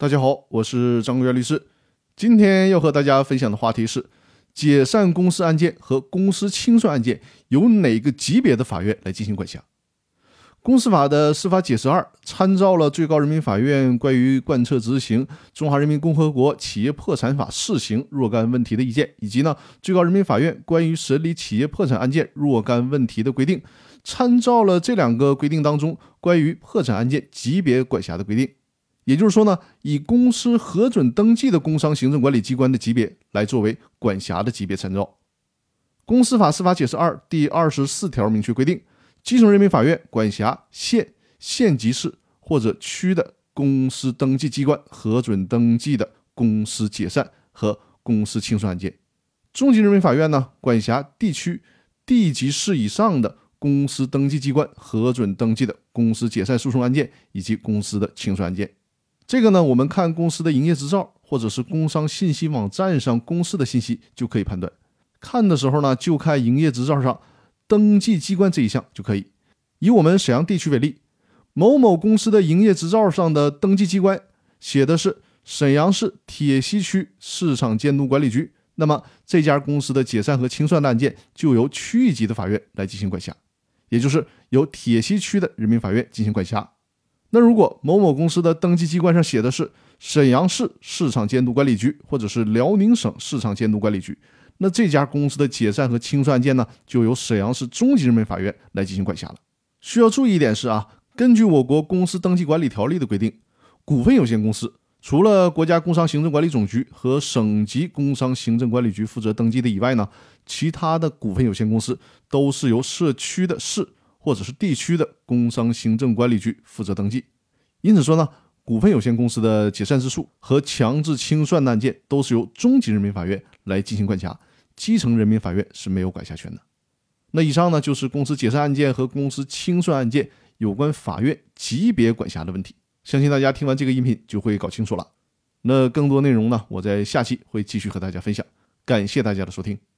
大家好，我是张国元律师。今天要和大家分享的话题是解散公司案件和公司清算案件由哪个级别的法院来进行管辖。公司法的司法解释2参照了最高人民法院关于贯彻执行中华人民共和国企业破产法试行若干问题的意见，以及最高人民法院关于审理企业破产案件若干问题的规定，参照了这两个规定当中关于破产案件级别管辖的规定。也就是说以公司核准登记的工商行政管理机关的级别来作为管辖的级别参照。公司法司法解释2第24条明确规定，基层人民法院管辖县级市或者区的公司登记机关核准登记的公司解散和公司清算案件。中级人民法院管辖地区地级市以上的公司登记机关核准登记的公司解散诉讼案件以及公司的清算案件。这个我们看公司的营业执照或者是工商信息网站上公司的信息就可以判断。看的时候就看营业执照上登记机关这一项就可以。以我们沈阳地区为例，某某公司的营业执照上的登记机关写的是沈阳市铁西区市场监督管理局，那么这家公司的解散和清算的案件就由区域级的法院来进行管辖，也就是由铁西区的人民法院进行管辖。那如果某某公司的登记机关上写的是沈阳市市场监督管理局或者是辽宁省市场监督管理局，那这家公司的解散和清算案件就由沈阳市中级人民法院来进行管辖了。需要注意一点是根据我国公司登记管理条例的规定，股份有限公司除了国家工商行政管理总局和省级工商行政管理局负责登记的以外其他的股份有限公司都是由社区的市或者是地区的工商行政管理局负责登记。因此说股份有限公司的解散之诉和强制清算的案件都是由中级人民法院来进行管辖，基层人民法院是没有管辖权的。那以上就是公司解散案件和公司清算案件有关法院级别管辖的问题，相信大家听完这个音频就会搞清楚了。那更多内容我在下期会继续和大家分享，感谢大家的收听。